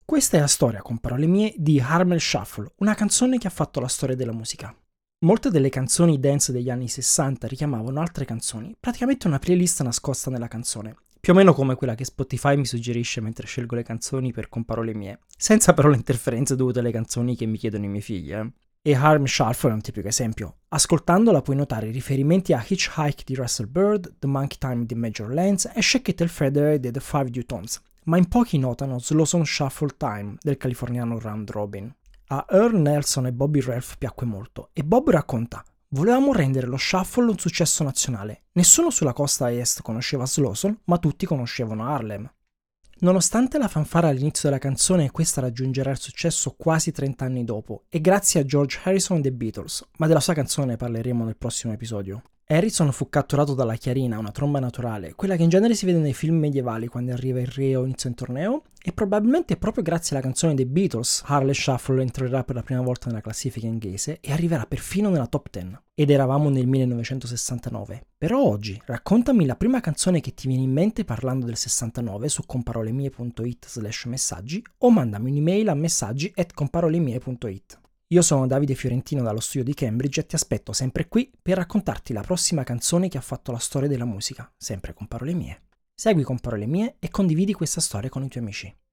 Questa è la storia, con parole mie, di Harmel Shuffle, una canzone che ha fatto la storia della musica. Molte delle canzoni dance degli anni 60 richiamavano altre canzoni, praticamente una playlist nascosta nella canzone, più o meno come quella che Spotify mi suggerisce mentre scelgo le canzoni per con parole mie, senza però le interferenze dovute alle canzoni che mi chiedono i miei figli. E Harmel Shuffle è un tipico esempio. Ascoltandola puoi notare riferimenti a Hitchhike di Russell Bird, The Monkey Time di Major Lance e Shake It Feather dei The Five Dutons, ma in pochi notano Slow Song Shuffle Time del californiano Round Robin. A Earl Nelson e Bobby Ralph piacque molto e Bob racconta: volevamo rendere lo shuffle un successo nazionale. Nessuno sulla costa est conosceva Slowson, ma tutti conoscevano Harlem. Nonostante la fanfara all'inizio della canzone, questa raggiungerà il successo quasi 30 anni dopo, e grazie a George Harrison dei Beatles, ma della sua canzone ne parleremo nel prossimo episodio. Harrison fu catturato dalla chiarina, una tromba naturale, quella che in genere si vede nei film medievali quando arriva il re o inizia un torneo, e probabilmente proprio grazie alla canzone dei Beatles Harlem Shuffle entrerà per la prima volta nella classifica inglese e arriverà perfino nella top 10. Ed eravamo nel 1969. Però oggi raccontami la prima canzone che ti viene in mente parlando del 69 su comparolemie.it/messaggi o mandami un'email a messaggi@comparolemie.it. Io sono Davide Fiorentino dallo studio di Cambridge e ti aspetto sempre qui per raccontarti la prossima canzone che ha fatto la storia della musica, sempre con parole mie. Segui con parole mie e condividi questa storia con i tuoi amici.